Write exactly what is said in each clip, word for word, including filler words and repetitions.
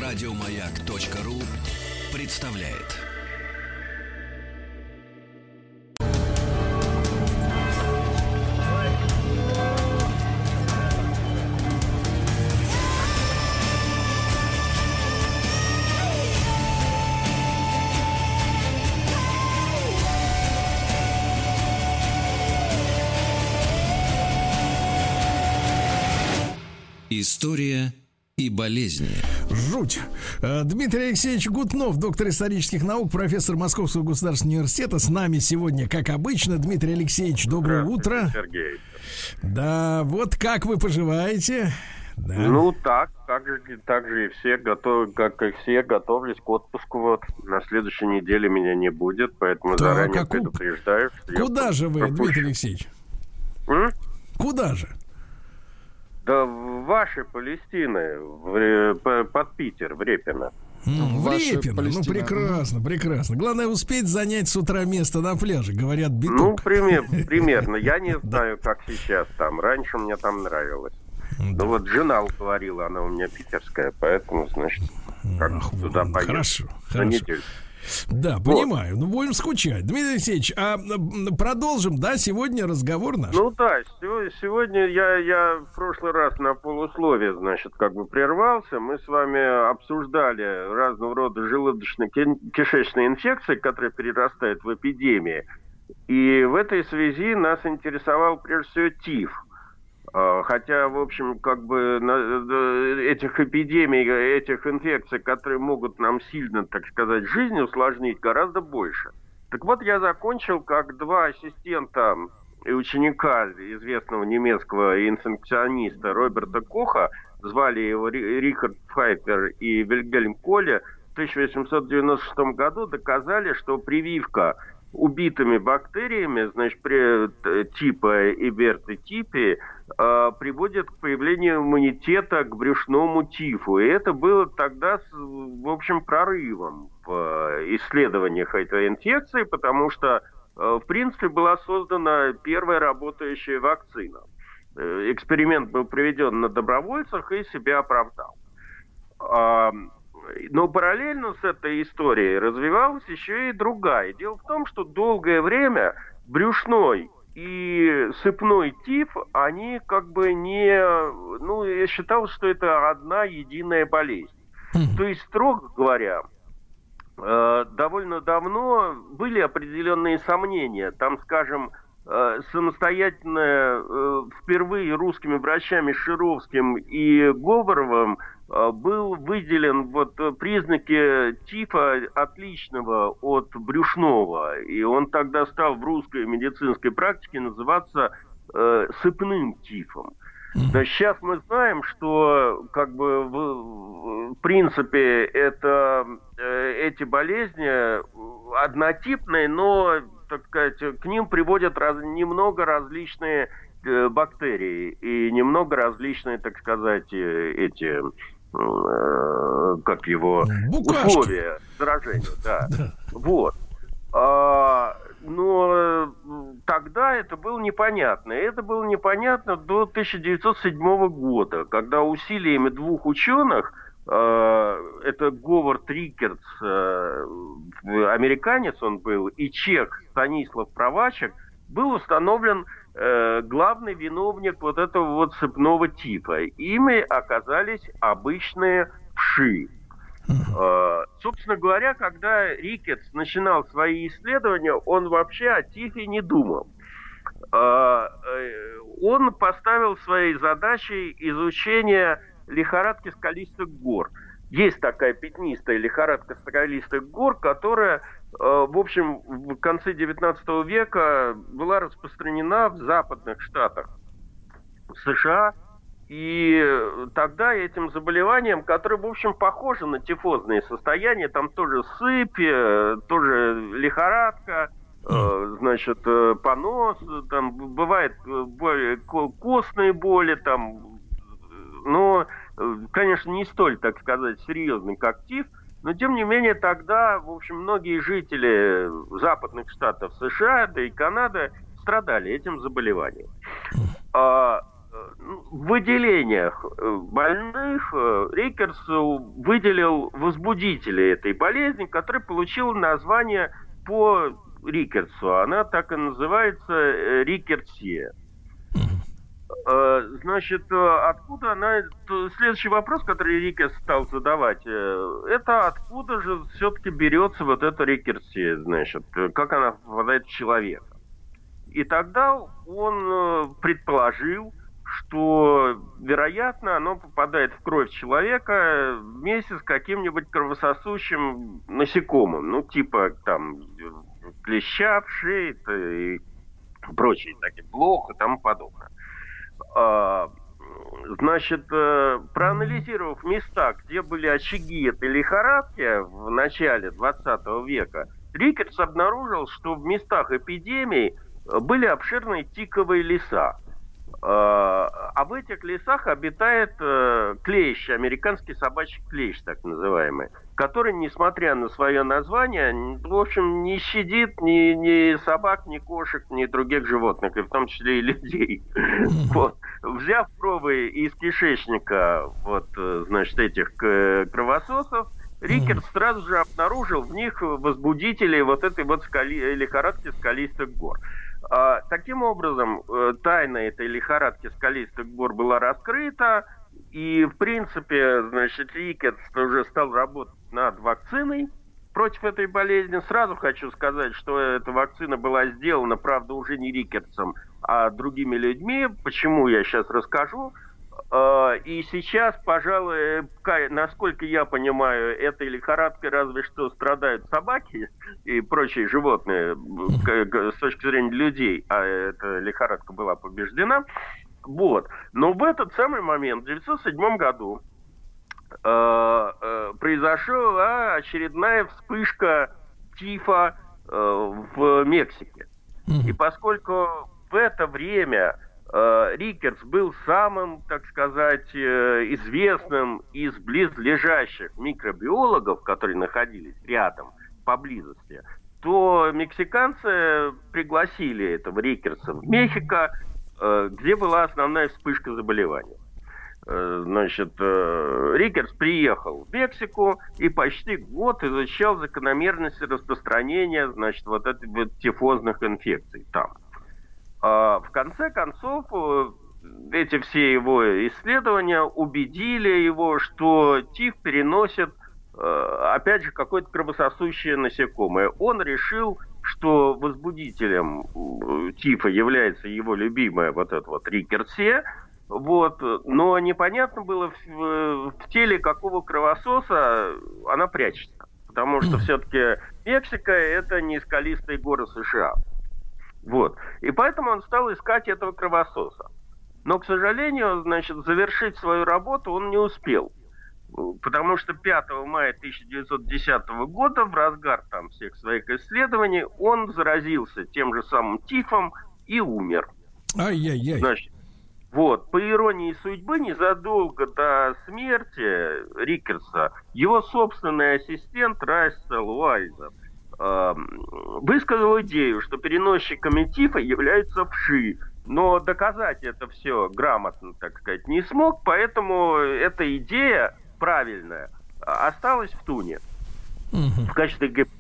Радиомаяк.ру представляет. История и болезни. Жуть. Дмитрий Алексеевич Гутнов, доктор исторических наук, профессор Московского государственного университета. С нами сегодня, как обычно. Дмитрий Алексеевич, доброе утро. Сергей. Да, вот как вы поживаете? Да. Ну, так, так же, так же и все, готов, как и все, готовлюсь к отпуску. Вот. На следующей неделе меня не будет, поэтому Да, заранее как у... предупреждаю. Куда же вы, пропущу. Дмитрий Алексеевич? М? Куда же? Да в вашей Палестины, в, по, под Питер, в Репино. В Ваша Репино, ну Палестина. прекрасно, прекрасно. Главное успеть занять с утра место на пляже, говорят, Ну, биток. пример, примерно. Я не знаю, как сейчас там. Раньше мне там нравилось. Ну вот жена уговорила, она у меня питерская, поэтому, значит, как Ах, туда вон, поеду. хорошо, На хорошо. неделю. Да, Вот. понимаю. Ну, будем скучать. Дмитрий Алексеевич, а м, продолжим, да, сегодня разговор наш? Ну да, сего- сегодня я, я в прошлый раз на полусловие, значит, как бы прервался. Мы с вами обсуждали разного рода желудочно-кишечные инфекции, которые перерастают в эпидемии. И в этой связи нас интересовал прежде всего тиф. А, Хотя, в общем, как бы на- этих эпидемий, этих инфекций, которые могут нам сильно, так сказать, жизнь усложнить, гораздо больше. Так вот, я закончил, как два ассистента и ученика известного немецкого инфекциониста Роберта Коха, звали его Ри- Рихард Пфайфер и Вильгельм Коле, в тысяча восемьсот девяносто шестом году доказали, что прививка убитыми бактериями, значит, при, т- типа Иберты типи, э, приводит к появлению иммунитета к брюшному тифу. И это было тогда, с, в общем, прорывом в э, исследованиях этой инфекции, потому что, э, в принципе, была создана первая работающая вакцина. Э, эксперимент был проведен на добровольцах и себя оправдал. А, Но параллельно с этой историей развивалась еще и другая. Дело в том, что долгое время брюшной и сыпной тиф, они как бы не... Ну, я считал, что это одна единая болезнь. То есть, строго говоря, э, довольно давно были определенные сомнения. Там, скажем, э, самостоятельно э, впервые русскими врачами Шировским и Говоровым э, был выделен вот э, признаки тифа отличного от брюшного. И он тогда стал в русской медицинской практике называться э, сыпным тифом. Да, сейчас мы знаем, что как бы в, в принципе это, э, эти болезни однотипные, но, так сказать, к ним приводят раз, немного различные э, бактерии и немного различные, так сказать, э, эти э, как его Букашки. условия заражения. Да. Вот. А, но тогда это было непонятно. И это было непонятно до тысяча девятьсот седьмого года, когда усилиями двух ученых, э, это Говард Риккертс, э, американец он был, и чех Станислав Провачек, был установлен э, главный виновник вот этого вот сыпного типа. Ими оказались обычные вши. Uh, собственно говоря, когда Риккетс начинал свои исследования, он вообще о тифе не думал. Uh, он поставил своей задачей изучение лихорадки скалистых гор. Есть такая пятнистая лихорадка скалистых гор, которая, uh, в общем, в конце девятнадцатого века была распространена в западных штатах США. И тогда этим заболеванием, которое, в общем, похоже на тифозные состояния, там тоже сыпь, тоже лихорадка, э, значит, понос, там бывает боли, костные боли, там, но, конечно, не столь, так сказать, серьезный, как тиф, но, тем не менее, тогда, в общем, многие жители западных штатов США, да и Канады страдали этим заболеванием. В в выделениях больных Риккерс выделил возбудители этой болезни, который получил название по Риккерсу. Она так и называется риккерсия. Значит, откуда она... Следующий вопрос, который Риккерс стал задавать, это откуда же все-таки берется вот эта риккерсия, значит, как она попадает в человека. И тогда он предположил, что, вероятно, оно попадает в кровь человека вместе с каким-нибудь кровососущим насекомым, ну, типа, там, клеща, вшей и прочие такие, блох и тому подобное. Значит, проанализировав места, где были очаги этой лихорадки в начале двадцатого века, Риккерс обнаружил, что в местах эпидемий были обширные тиковые леса. А в этих лесах обитает клещ, американский собачий клещ, так называемый, который, несмотря на свое название, в общем, не щадит ни, ни собак, ни кошек, ни других животных, и в том числе и людей. Вот. Взяв пробы из кишечника вот, значит, этих кровососов, Риккерс сразу же обнаружил в них возбудители вот этой вот скали... лихорадки скалистых гор. А, таким образом, тайна этой лихорадки скалистых гор была раскрыта, и, в принципе, значит, Риккерс уже стал работать над вакциной против этой болезни. Сразу хочу сказать, что эта вакцина была сделана, правда, уже не Риккерсом, а другими людьми. Почему, я сейчас расскажу. И сейчас, пожалуй, насколько я понимаю, этой лихорадкой разве что страдают собаки и прочие животные с точки зрения людей, а эта лихорадка была побеждена. Вот. Но в этот самый момент, в девятьсот седьмом году, произошла очередная вспышка тифа в Мексике. И поскольку в это время Риккерс был самым, так сказать, известным из близлежащих микробиологов, которые находились рядом, поблизости, то мексиканцы пригласили этого Риккерса в Мехико, где была основная вспышка заболевания. Значит, Риккерс приехал в Мексику и почти год изучал закономерности распространения, значит, вот этих вот тифозных инфекций там. В конце концов, эти все его исследования убедили его, что тиф переносит, опять же, какое-то кровососущее насекомое. Он решил, что возбудителем тифа является его любимая вот эта вот риккерсия, вот, но непонятно было, в, в теле какого кровососа она прячется, потому что все-таки Мексика – это не скалистые горы США. Вот. И поэтому он стал искать этого кровососа. Но, к сожалению, значит, завершить свою работу он не успел. Потому что пятого мая тысяча девятьсот десятого года, в разгар там всех своих исследований, он заразился тем же самым тифом и умер. Ай-яй-яй. Значит, вот, по иронии судьбы, незадолго до смерти Риккерса его собственный ассистент Рассел Уайзер высказал идею, что переносчиками тифа являются вши, но доказать это все грамотно, так сказать, не смог, поэтому эта идея правильная осталась в туне в качестве гипотезы.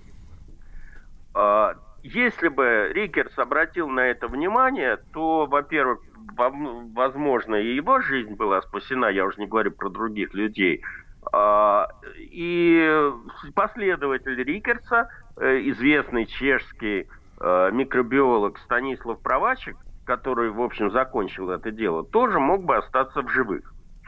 Если бы Риккерс обратил на это внимание, то, во-первых, возможно, и его жизнь была спасена, я уже не говорю про других людей. И последователь Риккерса, известный чешский микробиолог Станислав Правачек, который, в общем, закончил это дело, тоже мог бы остаться в живых.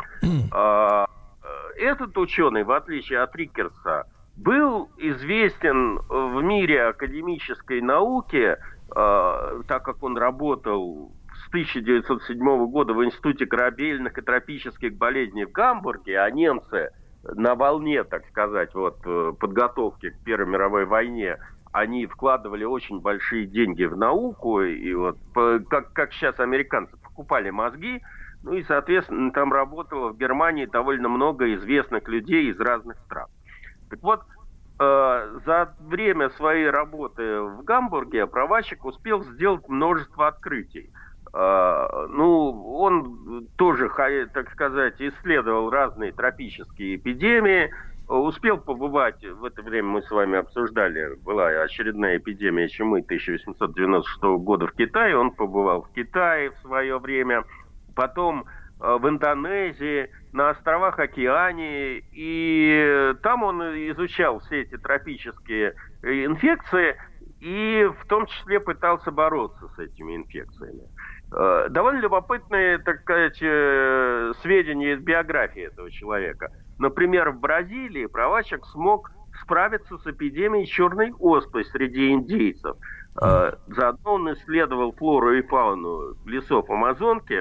Этот ученый, в отличие от Риккерса, был известен в мире академической науки, так как он работал с тысяча девятьсот седьмого года в Институте корабельных и тропических болезней в Гамбурге, а немцы на волне, так сказать, вот, подготовки к Первой мировой войне, они вкладывали очень большие деньги в науку, и вот, как, как сейчас американцы покупали мозги, ну и, соответственно, там работало в Германии довольно много известных людей из разных стран. Так вот, э, за время своей работы в Гамбурге Правачек успел сделать множество открытий. Ну, он тоже, так сказать, исследовал разные тропические эпидемии, успел побывать, в это время мы с вами обсуждали, была очередная эпидемия чумы тысяча восемьсот девяносто шестого года в Китае, он побывал в Китае в свое время, потом в Индонезии, на островах Океании, и там он изучал все эти тропические инфекции и в том числе пытался бороться с этими инфекциями. Довольно любопытные, так сказать, сведения из биографии этого человека. Например, в Бразилии Правачек смог справиться с эпидемией черной оспы среди индейцев. Заодно он исследовал флору и фауну лесов Амазонки.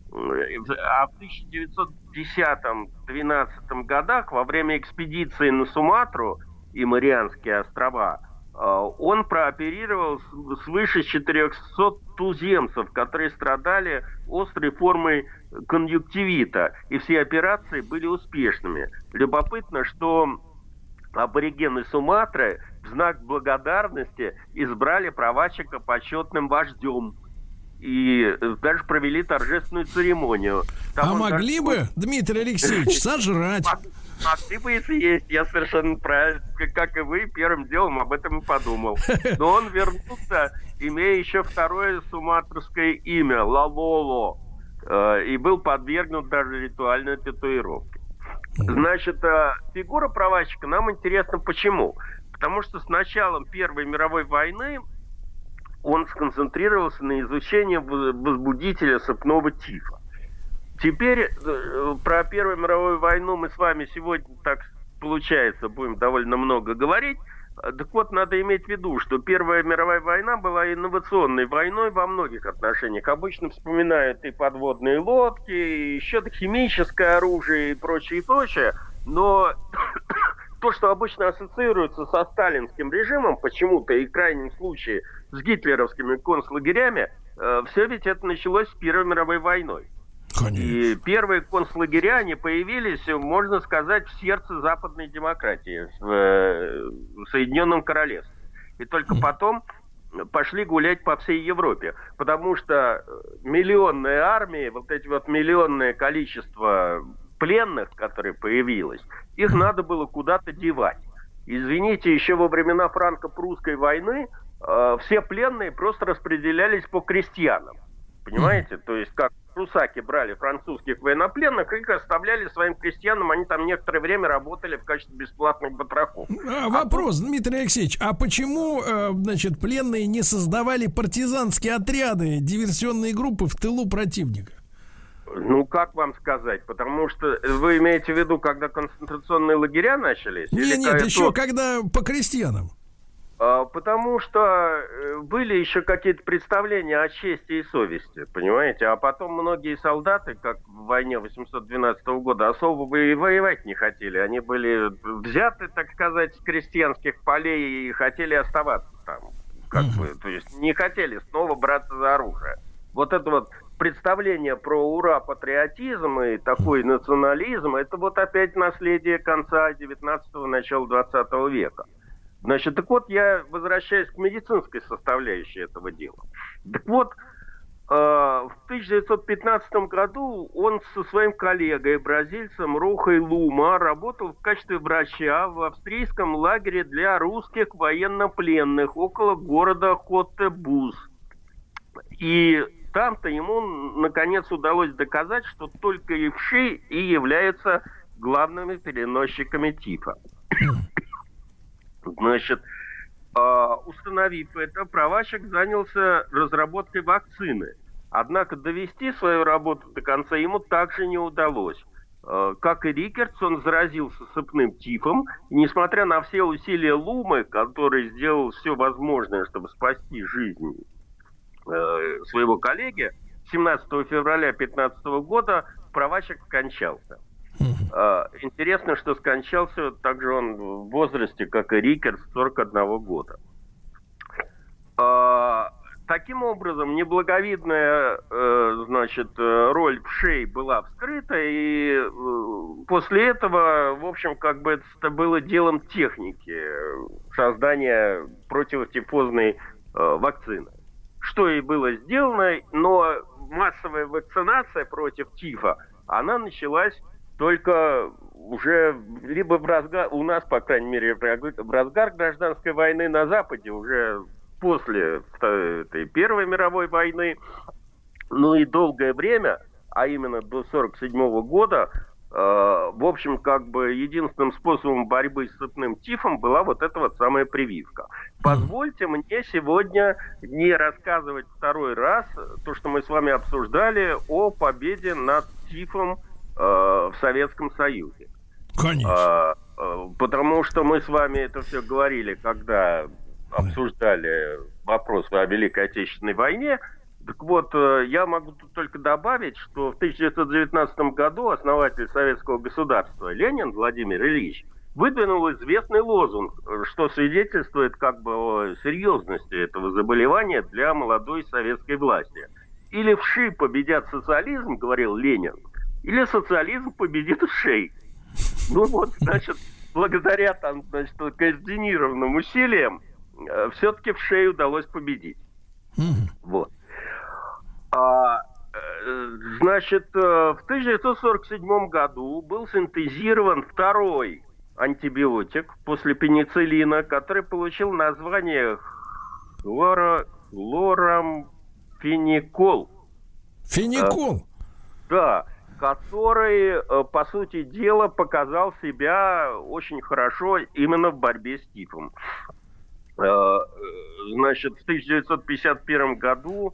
А в тысяча девятьсот десятом-двенадцатом годах во время экспедиции на Суматру и Марианские острова он прооперировал свыше четырехсот туземцев, которые страдали острой формой конъюнктивита, и все операции были успешными. Любопытно, что аборигены Суматры в знак благодарности избрали Правачека почетным вождем. И даже провели торжественную церемонию. Там а могли даже... бы, Дмитрий Алексеевич, сожрать? Могли бы и съесть. Я совершенно правильно, как и вы, первым делом об этом и подумал. Но он вернулся, имея еще второе суматрское имя, Лалоло, и был подвергнут даже ритуальной татуировке. Значит, фигура Правачека нам интересна почему? Потому что с началом Первой мировой войны он сконцентрировался на изучении возбудителя сыпного тифа. Теперь про Первую мировую войну мы с вами сегодня, так получается, будем довольно много говорить. Так вот, надо иметь в виду, что Первая мировая война была инновационной войной во многих отношениях. Обычно вспоминают и подводные лодки, и еще химическое оружие и прочее, и прочее. Но то, что обычно ассоциируется со сталинским режимом, почему-то и в крайнем случае с гитлеровскими концлагерями, э, все ведь это началось с Первой мировой войной. Конечно. И первые концлагеря, они появились, можно сказать, в сердце западной демократии, в, э, в Соединенном Королевстве. И только потом пошли гулять по всей Европе, потому что миллионные армии, вот эти вот миллионное количество пленных, которые появилось, их надо было куда-то девать. Извините, еще во времена франко-прусской войны э, все пленные просто распределялись по крестьянам. Понимаете? Mm-hmm. То есть, как прусаки брали французских военнопленных, их оставляли своим крестьянам, они там некоторое время работали в качестве бесплатных батраков. А, вопрос, а, Дмитрий Алексеевич, а почему, э, значит, пленные не создавали партизанские отряды, диверсионные группы в тылу противника? Ну, как вам сказать? Потому что вы имеете в виду, когда концентрационные лагеря начались? Нет, нет, еще когда по крестьянам. А, потому что были еще какие-то представления о чести и совести, понимаете? А потом многие солдаты, как в войне восемьсот двенадцатого года, особо бы и воевать не хотели. Они были взяты, так сказать, с крестьянских полей и хотели оставаться там. Как бы, то есть не хотели снова браться за оружие. Вот это вот представление про ура-патриотизм и такой национализм, это вот опять наследие конца девятнадцатого, начала двадцатого века. Значит, так вот, я возвращаюсь к медицинской составляющей этого дела. Так вот, э, в тысяча девятьсот пятнадцатом году он со своим коллегой, бразильцем Рухой Лума, работал в качестве врача в австрийском лагере для русских военнопленных около города Котебуз. И там-то ему, наконец, удалось доказать, что только левши и являются главными переносчиками тифа. Значит, установив это, Правачек занялся разработкой вакцины. Однако довести свою работу до конца ему также не удалось. Как и Риккертс, он заразился сыпным тифом. И несмотря на все усилия Лумы, который сделал все возможное, чтобы спасти жизнь своего коллеги, семнадцатого февраля две тысячи пятнадцатого года Правачек скончался. Uh, интересно, что скончался также он в возрасте, как и Риккертс, сорок одного года. Uh, таким образом, неблаговидная uh, значит, роль вшей была вскрыта, и uh, после этого, в общем, как бы это было делом техники создания противотифозной uh, вакцины. что и было сделано, но массовая вакцинация против тифа, она началась только уже либо в разгар, у нас, по крайней мере, в разгар гражданской войны на Западе, уже после этой Первой мировой войны, ну и долгое время, а именно до сорок седьмого года, э, в общем, как бы единственным способом борьбы с цепным тифом была вот эта вот самая прививка. Позвольте мне сегодня не рассказывать второй раз то, что мы с вами обсуждали о победе над тифом э, в Советском Союзе. Конечно. Э, потому что мы с вами это все говорили, когда обсуждали вопрос о Великой Отечественной войне. Так вот, я могу тут только добавить, что в тысяча девятьсот девятнадцатом году основатель советского государства Ленин Владимир Ильич выдвинул известный лозунг, что свидетельствует как бы о серьезности этого заболевания для молодой советской власти. Или вши победят социализм, говорил Ленин, или социализм победит вшей. Ну вот, значит, благодаря там, значит, координированным усилиям все-таки вшей удалось победить. Вот. А, значит, в тысяча девятьсот сорок седьмом году был синтезирован второй антибиотик после пенициллина, который получил название хлоро... хлорамфеникол. Феникол? А, да, который, по сути дела, показал себя очень хорошо именно в борьбе с тифом. Значит, в тысяча девятьсот пятьдесят первом году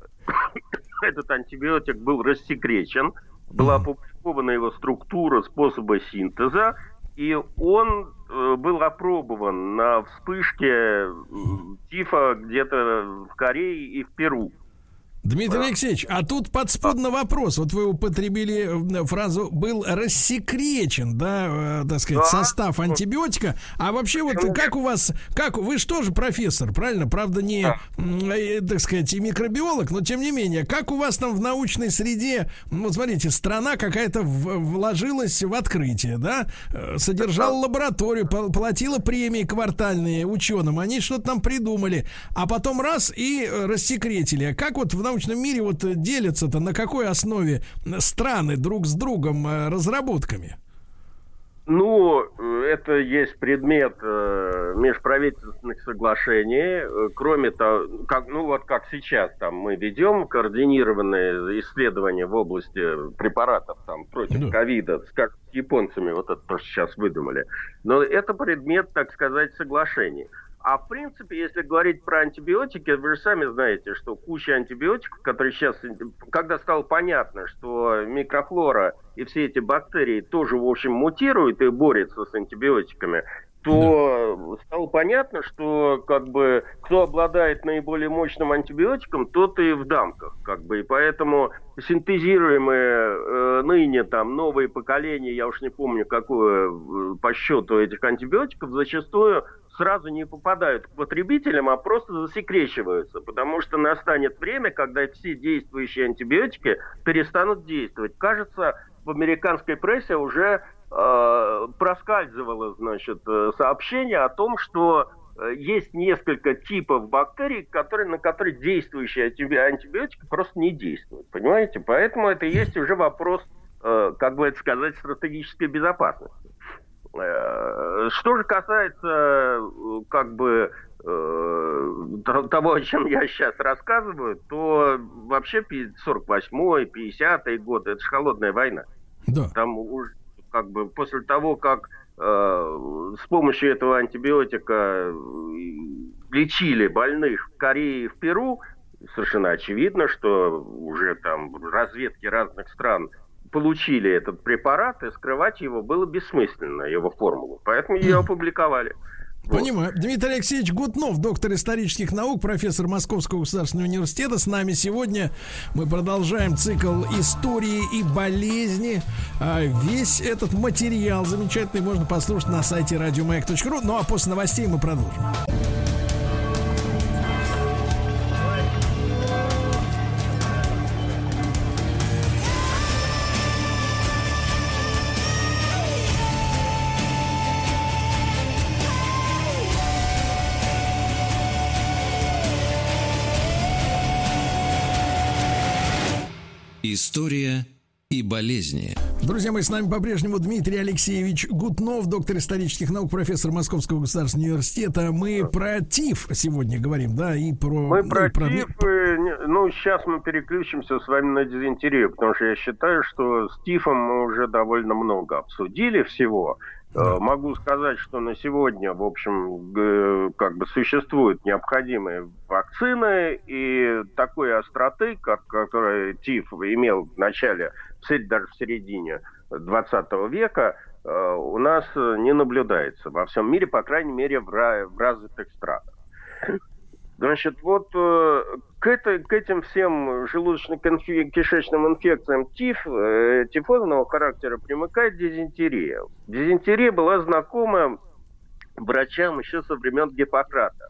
этот антибиотик был рассекречен, была опубликована его структура, способы синтеза, и он э, был опробован на вспышке тифа где-то в Корее и в Перу. Дмитрий Алексеевич, а тут подспудный вопрос. Вот вы употребили фразу «был рассекречен», да, э, так сказать, да. Состав антибиотика. А вообще вот как у вас, как вы же тоже профессор, правильно? Правда, не, да. э, так сказать, и микробиолог, но тем не менее, как у вас там в научной среде, ну, смотрите, страна какая-то в, вложилась в открытие, да, содержала лабораторию, платила премии квартальные ученым, они что-то там придумали, а потом раз и рассекретили. Как вот в научном В научном мире вот делятся-то на какой основе страны друг с другом разработками? Ну, это есть предмет э, межправительственных соглашений. Кроме того, как, ну вот как сейчас там мы ведем координированные исследования в области препаратов там против ковида, да. Как с японцами, вот это то, что сейчас выдумали. Но это предмет, так сказать, соглашений. А в принципе, если говорить про антибиотики, вы же сами знаете, что куча антибиотиков, которые сейчас, когда стало понятно, что микрофлора и все эти бактерии тоже, в общем, мутируют и борются с антибиотиками, то да. Стало понятно, что как бы кто обладает наиболее мощным антибиотиком, тот и в дамках, как бы, и поэтому синтезируемые э, ныне там новые поколения, я уж не помню, какое э, по счету этих антибиотиков, зачастую сразу не попадают к потребителям, а просто засекречиваются, потому что настанет время, когда все действующие антибиотики перестанут действовать. Кажется, в американской прессе уже э, проскальзывало, значит, сообщение о том, что э, есть несколько типов бактерий, которые, на которые действующие антибиотики просто не действуют. Понимаете? Поэтому это и есть уже вопрос, э, как бы это сказать, стратегической безопасности. Что же касается как бы того, о чем я сейчас рассказываю, то вообще сорок восьмой, пятидесятые годы, это же холодная война. Да. Там уже как бы после того, как э, с помощью этого антибиотика лечили больных в Корее и в Перу, совершенно очевидно, что уже там разведки разных стран получили этот препарат, и скрывать его было бессмысленно, его формулу. Поэтому ее опубликовали. Понимаю. Вот. Дмитрий Алексеевич Гутнов, доктор исторических наук, профессор Московского государственного университета. С нами сегодня мы продолжаем цикл истории и болезни. Весь этот материал замечательный можно послушать на сайте радиомаяк точка ру. Ну а после новостей мы продолжим. История и болезни. Друзья мои, с нами по-прежнему Дмитрий Алексеевич Гутнов, доктор исторических наук, профессор Московского государственного университета. Мы про ТИФ сегодня говорим, да, и про... Мы ну, про и про... ТИФ, ну, сейчас мы переключимся с вами на дизентерию, потому что я считаю, что с ТИФом мы уже довольно много обсудили всего. Да. Могу сказать, что на сегодня, в общем, как бы существуют необходимые вакцины, и такой остроты, как, которую ТИФ имел в начале, даже в середине двадцатого века, у нас не наблюдается во всем мире, по крайней мере, в развитых странах. Значит, вот к, это, к этим всем желудочно-кишечным инфекциям ТИФ, э, тифозного характера примыкает дизентерия. Дизентерия была знакома врачам еще со времен Гиппократа.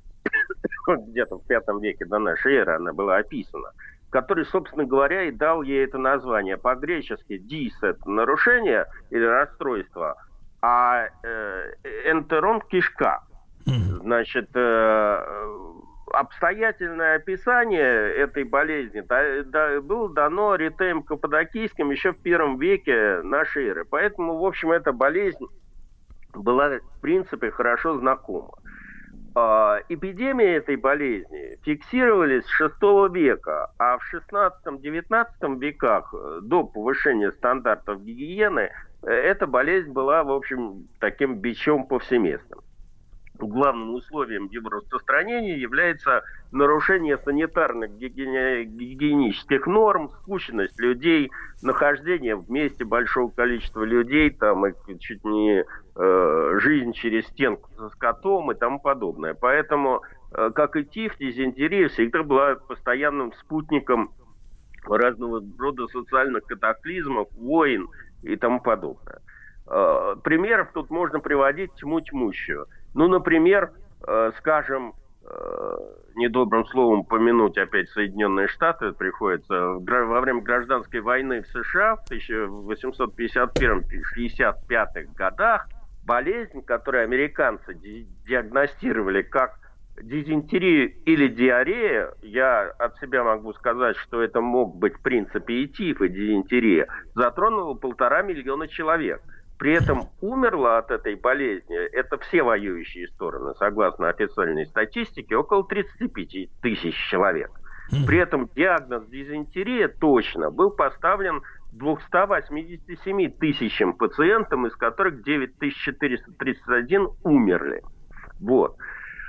Где-то в пятом веке до нашей эры она была описана. Который, собственно говоря, и дал ей это название. По-гречески «дис» — это нарушение или расстройство, а э, энтерон — кишка. Значит, э, обстоятельное описание этой болезни да, да, было дано Ритеем Каппадокийским еще в первом веке нашей эры. Поэтому, в общем, эта болезнь была, в принципе, хорошо знакома. Э, эпидемии этой болезни фиксировались с шестого века, а в шестнадцатом-девятнадцатом веках, до повышения стандартов гигиены, эта болезнь была, в общем, таким бичом повсеместным. Главным условием его распространения является нарушение санитарных гигиени- гигиенических норм, скученность людей, нахождение вместе большого количества людей, там, и чуть не э, жизнь через стенку со скотом и тому подобное. Поэтому, э, как и ТИФ, дизентерия всегда была постоянным спутником разного рода социальных катаклизмов, войн и тому подобное. Э, примеров тут можно приводить тьму тьмущую. Ну, например, э, скажем, э, недобрым словом помянуть опять Соединенные Штаты приходится. Во время гражданской войны в США в тысяча восемьсот пятьдесят первом — шестьдесят пятом годах болезнь, которую американцы ди- диагностировали как дизентерию или диарея, я от себя могу сказать, что это мог быть в принципе и ТИФ, и дизентерия, затронула полтора миллиона человек. При этом умерло от этой болезни, это все воюющие стороны, согласно официальной статистике, около тридцать пять тысяч человек. При этом диагноз дизентерия точно был поставлен двумстам восьмидесяти семи тысячам пациентам, из которых девять тысяч четыреста тридцать один умерли. Вот.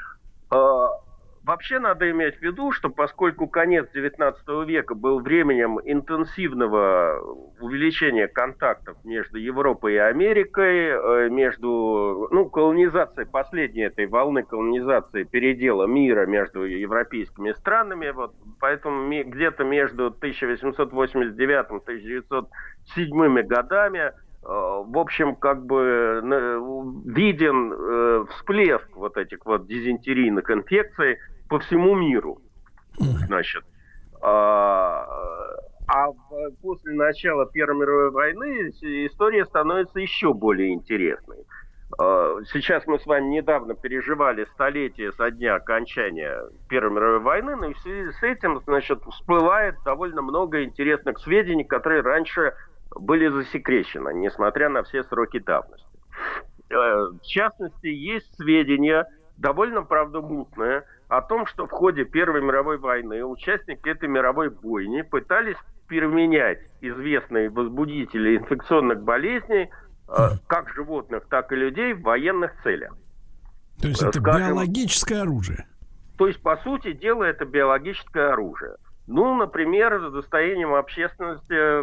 Вообще надо иметь в виду, что поскольку конец девятнадцатого века был временем интенсивного увеличения контактов между Европой и Америкой, между, ну, колонизацией, последней этой волны колонизации, передела мира между европейскими странами, вот, поэтому где-то между тысяча восемьсот восемьдесят девятым и тысяча девятьсот седьмым годами в общем, как бы виден э, всплеск вот этих вот дизентерийных инфекций по всему миру. Значит, а, а после начала Первой мировой войны история становится еще более интересной. Сейчас мы с вами недавно переживали столетие со дня окончания Первой мировой войны, но в связи с этим, значит, всплывает довольно много интересных сведений, которые раньше были засекречены, несмотря на все сроки давности. В частности, есть сведения, довольно, правда, мутные, о том, что в ходе Первой мировой войны участники этой мировой бойни пытались применять известные возбудители инфекционных болезней, как животных, так и людей, в военных целях. То есть это Скажем, биологическое оружие? То есть, по сути дела, это биологическое оружие. Ну, например, достоянием общественности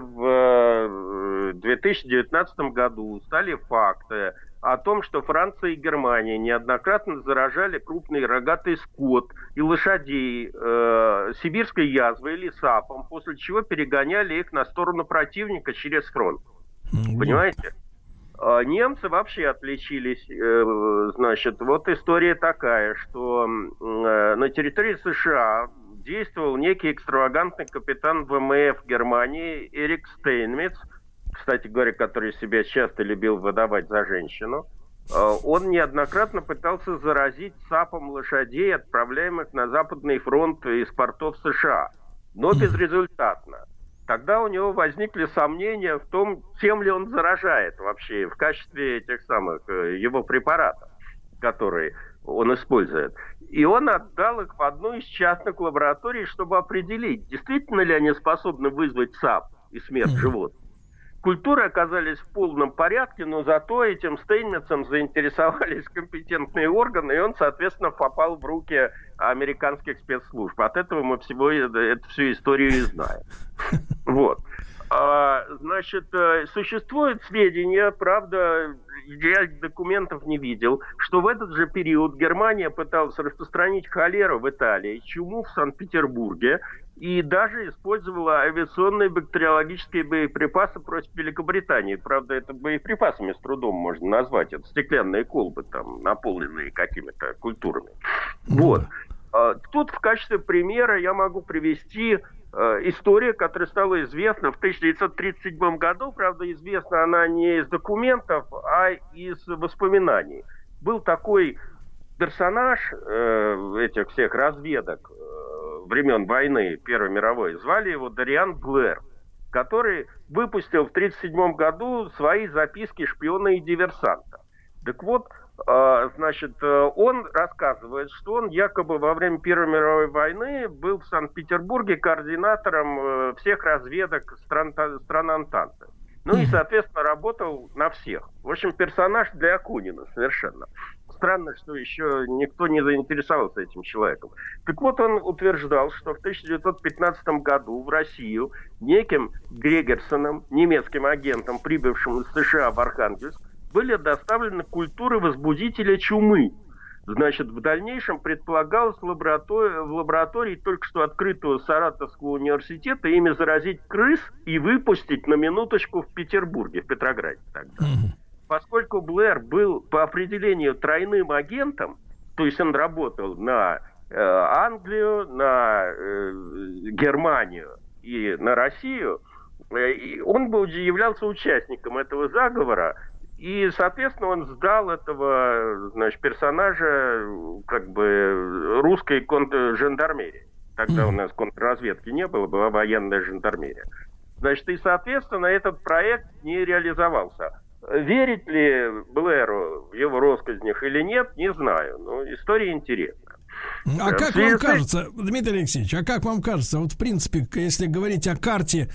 в две тысячи девятнадцатом году стали факты о том, что Франция и Германия неоднократно заражали крупный рогатый скот и лошадей э, сибирской язвой или сапом, после чего перегоняли их на сторону противника через фронт. Mm-hmm. Понимаете? А немцы вообще отличились. Э, значит, вот история такая, что э, на территории США действовал некий экстравагантный капитан ВМФ Германии Эрик Стейнмитц, кстати говоря, который себя часто любил выдавать за женщину. Он неоднократно пытался заразить сапом лошадей, отправляемых на Западный фронт из портов США, но безрезультатно. тогда у него возникли сомнения в том, чем ли он заражает вообще в качестве этих самых его препаратов, которые он использует. И он отдал их в одну из частных лабораторий, чтобы определить, действительно ли они способны вызвать САП и смерть животных. Культуры оказались в полном порядке, но зато этим Стейнмитцем заинтересовались компетентные органы, и он, соответственно, попал в руки американских спецслужб. От этого мы всего, эту всю историю и знаем. Вот. А, значит, существуют сведения, правда, я документов не видел, что в этот же период Германия пыталась распространить холеру в Италии, чуму в Санкт-Петербурге и даже использовала авиационные бактериологические боеприпасы против Великобритании. Правда, это боеприпасами с трудом можно назвать. Это стеклянные колбы, там, наполненные какими-то культурами. Вот. Тут в качестве примера я могу привести история, которая стала известна в тысяча девятьсот тридцать седьмом году. Правда, известна она не из документов, а из воспоминаний. Был такой персонаж э, этих всех разведок э, времен войны Первой мировой. Звали его Дориан Блэр, который выпустил в тридцать седьмом году свои записки шпиона и диверсанта. Так вот, э, значит, он рассказывает, что он якобы во время Первой мировой войны был в Санкт-Петербурге координатором э, всех разведок стран, стран Антанты. Ну и, соответственно, работал на всех. В общем, персонаж для Акунина совершенно. Странно, что еще никто не заинтересовался этим человеком. Так вот, он утверждал, что в тысяча девятьсот пятнадцатом году в Россию неким Грегерсоном, немецким агентом, прибывшим из США в Архангельск, были доставлены культуры возбудителя чумы. Значит, в дальнейшем предполагалось в лаборатории, в лаборатории только что открытого Саратовского университета ими заразить крыс и выпустить на минуточку в Петербурге, в Петрограде тогда. Поскольку Блэр был по определению тройным агентом, то есть он работал на э, Англию, на э, Германию и на Россию, э, и он был, являлся участником этого заговора. И, соответственно, он сдал этого, значит, персонажа как бы русской контржандармерии. Тогда у нас контрразведки не было, была военная жандармерия. Значит, и, соответственно, этот проект не реализовался. Верить ли Блэру в его россказнях или нет, не знаю. Но история интересна. А как вам кажется, Дмитрий Алексеевич, а как вам кажется, вот в принципе, если говорить о карте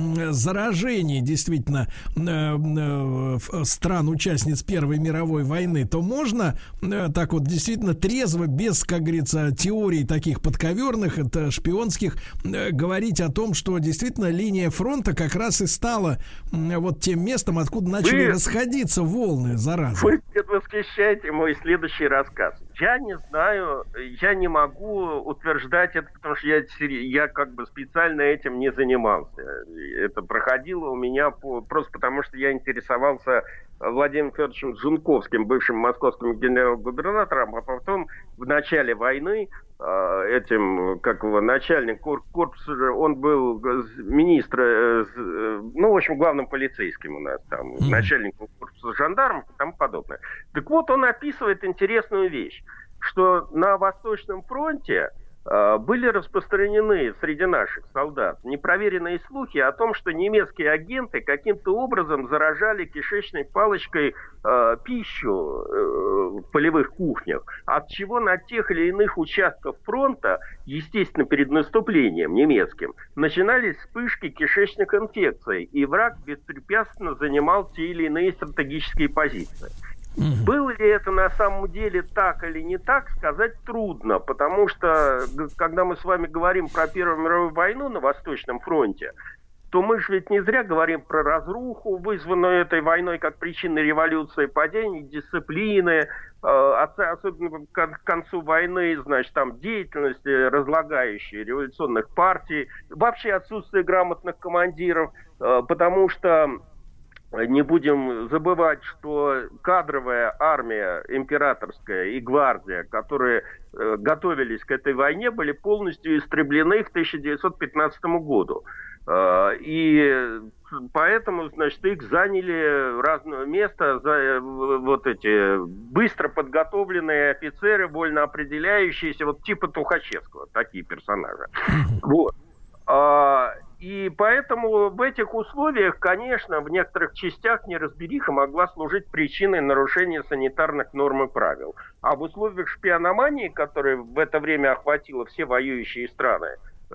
заражений действительно стран-участниц Первой мировой войны, то можно так вот действительно трезво, без, как говорится, теорий таких подковерных, это шпионских, говорить о том, что действительно линия фронта как раз и стала вот тем местом, откуда начали вы, расходиться волны заразы? Вы предвосхищаете мой следующий рассказ. Я не знаю, я не могу утверждать это, потому что я, я как бы специально этим не занимался. Это проходило у меня по, просто потому, что я интересовался Владимиром Федоровичем Жунковским, бывшим московским генерал-губернатором, а потом в начале войны этим, как его, начальник корпуса, он был министр, ну, в общем, главным полицейским у нас там, mm-hmm. начальником корпуса жандармов и тому подобное. Так вот, он описывает интересную вещь, что на Восточном фронте э, были распространены среди наших солдат непроверенные слухи о том, что немецкие агенты каким-то образом заражали кишечной палочкой э, пищу э, в полевых кухнях, от чего на тех или иных участках фронта, естественно, перед наступлением немецким, начинались вспышки кишечных инфекций, и враг беспрепятственно занимал те или иные стратегические позиции. Было ли это на самом деле так или не так, сказать трудно, потому что, когда мы с вами говорим про Первую мировую войну на Восточном фронте, то мы же ведь не зря говорим про разруху, вызванную этой войной как причиной революции, падения дисциплины, особенно к концу войны, значит, там деятельности разлагающей революционных партий, вообще отсутствие грамотных командиров, потому что не будем забывать, что кадровая армия императорская и гвардия, которые э, готовились к этой войне, были полностью истреблены к тысяча девятьсот пятнадцатому году. Э, и поэтому, значит, их заняли разное место, за, э, вот эти быстро подготовленные офицеры, вольно определяющиеся, вот типа Тухачевского, такие персонажи. Вот. И поэтому в этих условиях, конечно, в некоторых частях неразбериха могла служить причиной нарушения санитарных норм и правил. А в условиях шпиономании, которая в это время охватила все воюющие страны,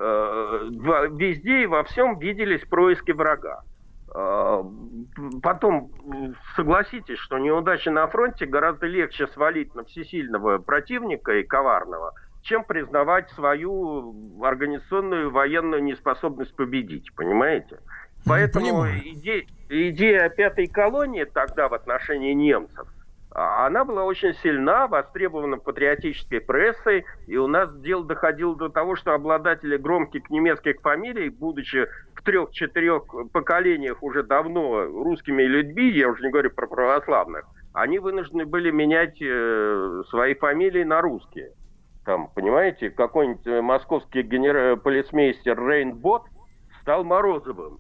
везде и во всем виделись происки врага. Потом, согласитесь, что неудачи на фронте гораздо легче свалить на всесильного противника и коварного, чем признавать свою организационную военную неспособность победить, понимаете? Поэтому идея, идея пятой колонии тогда в отношении немцев, она была очень сильна, востребована патриотической прессой, и у нас дело доходило до того, что обладатели громких немецких фамилий, будучи в трех-четырех поколениях уже давно русскими людьми, я уже не говорю про православных, они вынуждены были менять э, свои фамилии на русские. Там, понимаете, какой-нибудь московский генер... полицмейстер Рейнбот стал Морозовым.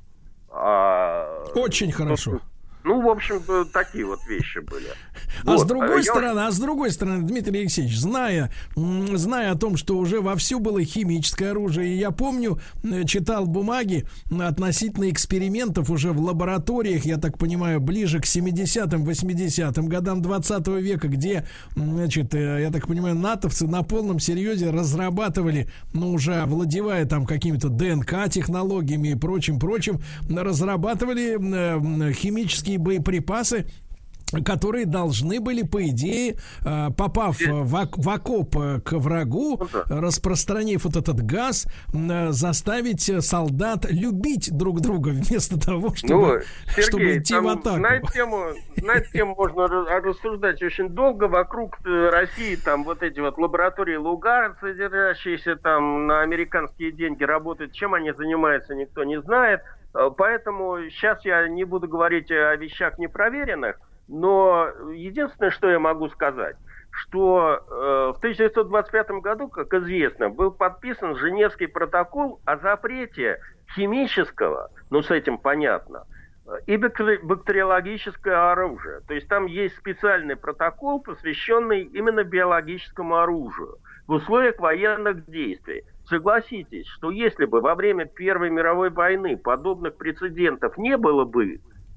А... Очень хорошо. Ну, в общем, такие вот вещи были. А вот. с другой Я... стороны, а с другой стороны, Дмитрий Алексеевич, зная, зная о том, что уже вовсю было химическое оружие, и я помню, читал бумаги относительно экспериментов уже в лабораториях, я так понимаю, ближе к семидесятым, восьмидесятым годам двадцатого века, где, значит, я так понимаю, натовцы на полном серьезе разрабатывали, ну, уже овладевая там какими-то ДНК-технологиями и прочим-прочим, разрабатывали химические боеприпасы, которые должны были, по идее, попав в окоп к врагу, распространив вот этот газ, заставить солдат любить друг друга вместо того, чтобы, ну, Сергей, чтобы идти в атаку. На эту тему, на эту тему можно рассуждать очень долго. Вокруг России там вот эти вот лаборатории Лугар, содержащиеся там на американские деньги, работают. Чем они занимаются, никто не знает. Поэтому сейчас я не буду говорить о вещах непроверенных, но единственное, что я могу сказать, что э, в тысяча девятьсот двадцать пятом году, как известно, был подписан Женевский протокол о запрете химического, ну с этим понятно, и бактериологическое оружие. То есть там есть специальный протокол, посвященный именно биологическому оружию в условиях военных действий. Согласитесь, что если бы во время Первой мировой войны подобных прецедентов не было бы, э,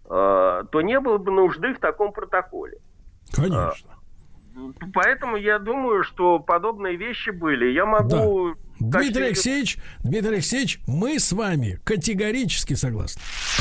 то не было бы нужды в таком протоколе. Конечно. Э, поэтому я думаю, что подобные вещи были. Я могу... Да. Дмитрий Алексеевич, Дмитрий Алексеевич, мы с вами категорически согласны.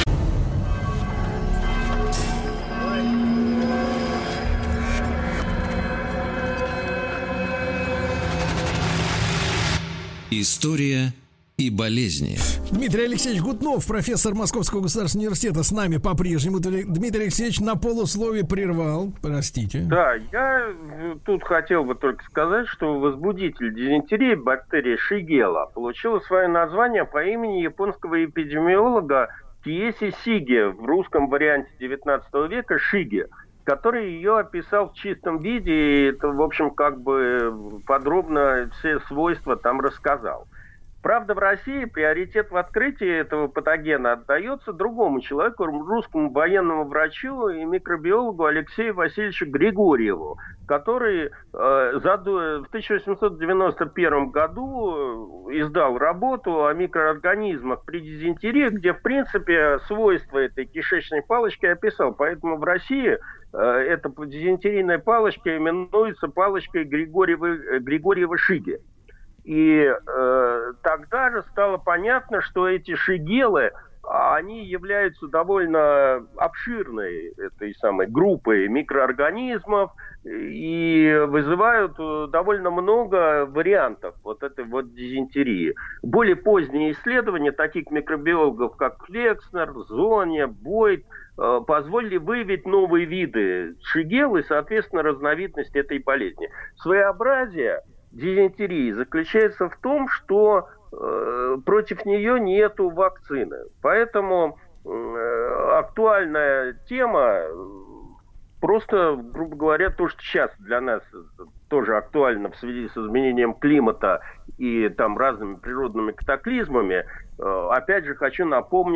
История и болезни. Дмитрий Алексеевич Гутнов, профессор Московского государственного университета, с нами по-прежнему. Дмитрий Алексеевич на полусловие прервал, простите. Да, я тут хотел бы только сказать, что возбудитель дизентерии бактерии Шигелла получила свое название по имени японского эпидемиолога Киеси Сиге, в русском варианте девятнадцатого века Шиге, который ее описал в чистом виде и, это, в общем, как бы подробно все свойства там рассказал. Правда, в России приоритет в открытии этого патогена отдается другому человеку, русскому военному врачу и микробиологу Алексею Васильевичу Григорьеву, который э, в тысяча восемьсот девяносто первом году издал работу о микроорганизмах при дизентерии, где, в принципе, свойства этой кишечной палочки описал. Поэтому в России э, эта дизентерийная палочка именуется палочкой Григорьева, Григорьева Шиги. И э, тогда же стало понятно, что эти шигеллы, они являются довольно обширной этой самой группой микроорганизмов и вызывают довольно много вариантов вот этой вот дизентерии. Более поздние исследования таких микробиологов, как Флекснер, Зоня, Бойд, э, позволили выявить новые виды шигелл и, соответственно, разновидность этой болезни. Своеобразие дизентерии заключается в том, что э, против нее нету вакцины. Поэтому э, актуальная тема, просто, грубо говоря, то, что сейчас для нас тоже актуально в связи с изменением климата и там разными природными катаклизмами, э, опять же хочу напомнить,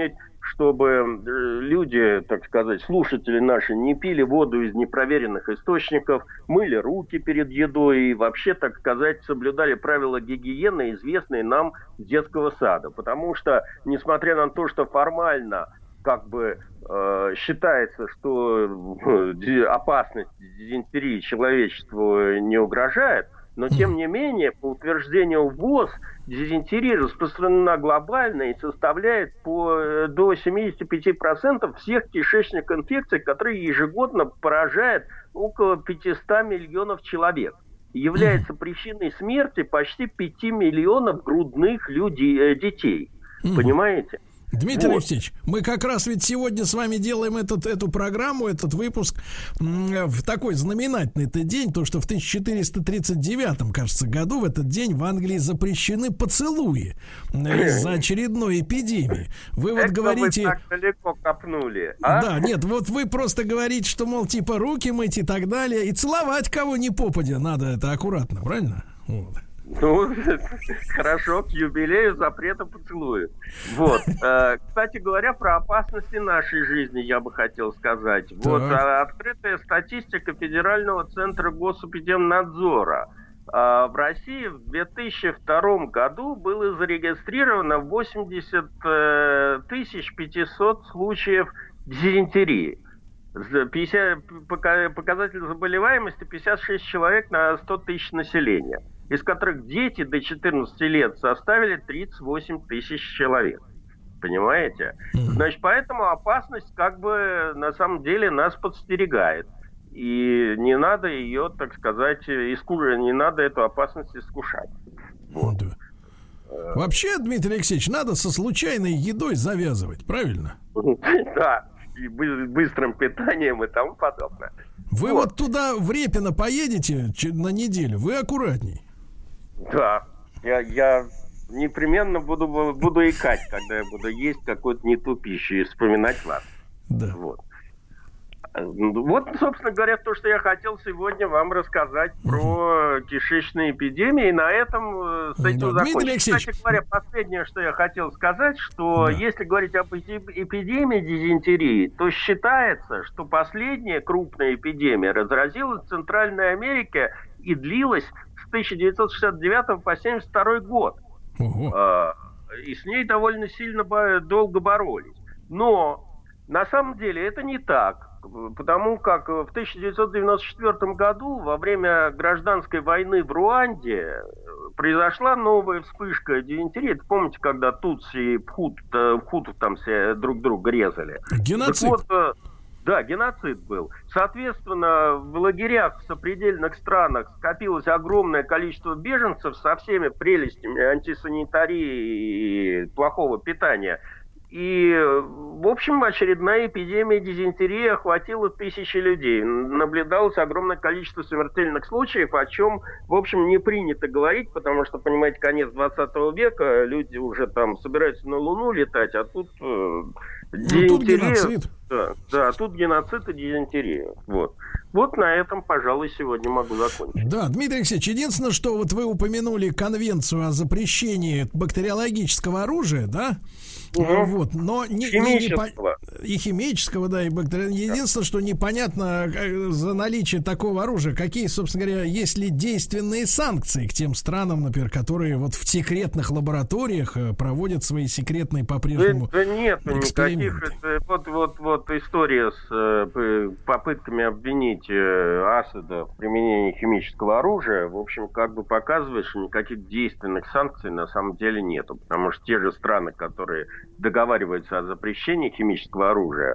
чтобы люди, так сказать, слушатели наши, не пили воду из непроверенных источников, мыли руки перед едой и вообще, так сказать, соблюдали правила гигиены, известные нам с детского сада. Потому что, несмотря на то, что формально как бы э, считается, что э, опасность дизентерии человечеству не угрожает, но тем не менее, по утверждению ВОЗ, дизентерия распространена глобально и составляет по, до семьдесят пять процентов всех кишечных инфекций, которые ежегодно поражают около пятьсот миллионов человек. Является причиной смерти почти пяти миллионов грудных людей, детей. Понимаете? Дмитрий вот. Алексеевич, мы как раз ведь сегодня с вами делаем этот, эту программу, этот выпуск в такой знаменательный-то день, то что в тысяча четыреста тридцать девятом, кажется, году в этот день в Англии запрещены поцелуи из-за очередной эпидемии. Вы вот говорите... Вы так далеко копнули, а? Да, нет, вот вы просто говорите, что, мол, типа руки мыть и так далее, и целовать кого ни попадя надо, это аккуратно, правильно? Вот. Ну, хорошо, к юбилею запрета поцелуев. Вот. Кстати говоря, про опасности нашей жизни я бы хотел сказать. Так. Вот открытая статистика Федерального центра Госэпидемнадзора. В России в две тысячи втором году было зарегистрировано восемьдесят тысяч пятьсот случаев дизентерии. пятьдесят, показатель заболеваемости пятьдесят шесть человек на сто тысяч населения, из которых дети до четырнадцати лет составили тридцать восемь тысяч человек. Понимаете? Значит, поэтому опасность как бы на самом деле нас подстерегает. И не надо ее, так сказать, искушать, не надо эту опасность искушать. Вот. Да. Вообще, Дмитрий Алексеевич, надо со случайной едой завязывать, правильно? Да. И быстрым питанием и тому подобное. Вы вот, вот туда в Репино поедете на неделю, вы аккуратней. Да, я, я непременно буду, буду икать, когда я буду есть какую-то не ту пищу и вспоминать вас. Да. Вот. Вот, собственно говоря, то, что я хотел сегодня вам рассказать про кишечные эпидемии, и на этом с этим да, закончить. Кстати говоря, последнее, что я хотел сказать, что да. если говорить об эпидемии дизентерии, то считается, что последняя крупная эпидемия разразилась в Центральной Америке и длилась с тысяча девятьсот шестьдесят девятого по семьдесят второй год. Угу. И с ней довольно сильно долго боролись. Но на самом деле это не так. Потому как в тысяча девятьсот девяносто четвёртом году во время гражданской войны в Руанде произошла новая вспышка дизентерии. Это помните, когда Тутси и Пхуту, Пхуту там все друг друга резали? Геноцид. Так вот, да, геноцид был. Соответственно, в лагерях в сопредельных странах скопилось огромное количество беженцев со всеми прелестями антисанитарии и плохого питания. И, в общем, очередная эпидемия дизентерии охватила тысячи людей. Наблюдалось огромное количество смертельных случаев, о чем, в общем, не принято говорить, потому что, понимаете, конец двадцатого века, люди уже там собираются на Луну летать, а тут э, дизентерия... Ну, тут геноцид. Да, да, тут геноцид и дизентерия. Вот. Вот на этом, пожалуй, сегодня могу закончить. Да, Дмитрий Алексеевич, единственное, что вот вы упомянули конвенцию о запрещении бактериологического оружия, да? Угу. Вот, но не, химического. Не, не, и химического, да, и бактериологического. Единственное, что непонятно за наличие такого оружия, какие, собственно говоря, есть ли действенные санкции к тем странам, например, которые вот в секретных лабораториях проводят свои секретные по-прежнему да, да нет эксперименты. Никаких. Это, вот, вот, вот история с э, попытками обвинить э, Асада в применении химического оружия, в общем, как бы показывает, что никаких действенных санкций на самом деле нету, потому что те же страны, которые договариваются о запрещении химического оружия,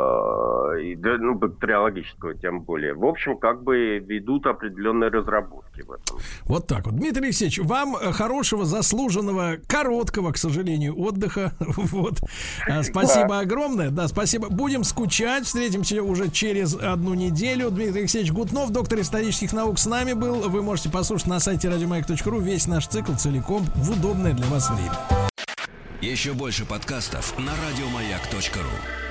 э, и, да, ну, бактериологического тем более, в общем, как бы ведут определенные разработки в этом. Вот так вот. Дмитрий Алексеевич, вам хорошего, заслуженного, короткого, к сожалению, отдыха. Вот. Спасибо да. огромное. Да, спасибо. Будем скучать. Встретимся уже через одну неделю. Дмитрий Алексеевич Гутнов, доктор исторических наук, с нами был. Вы можете послушать на сайте радиомаяк точка ру весь наш цикл целиком в удобное для вас время. Еще больше подкастов на радиомаяк точка ру.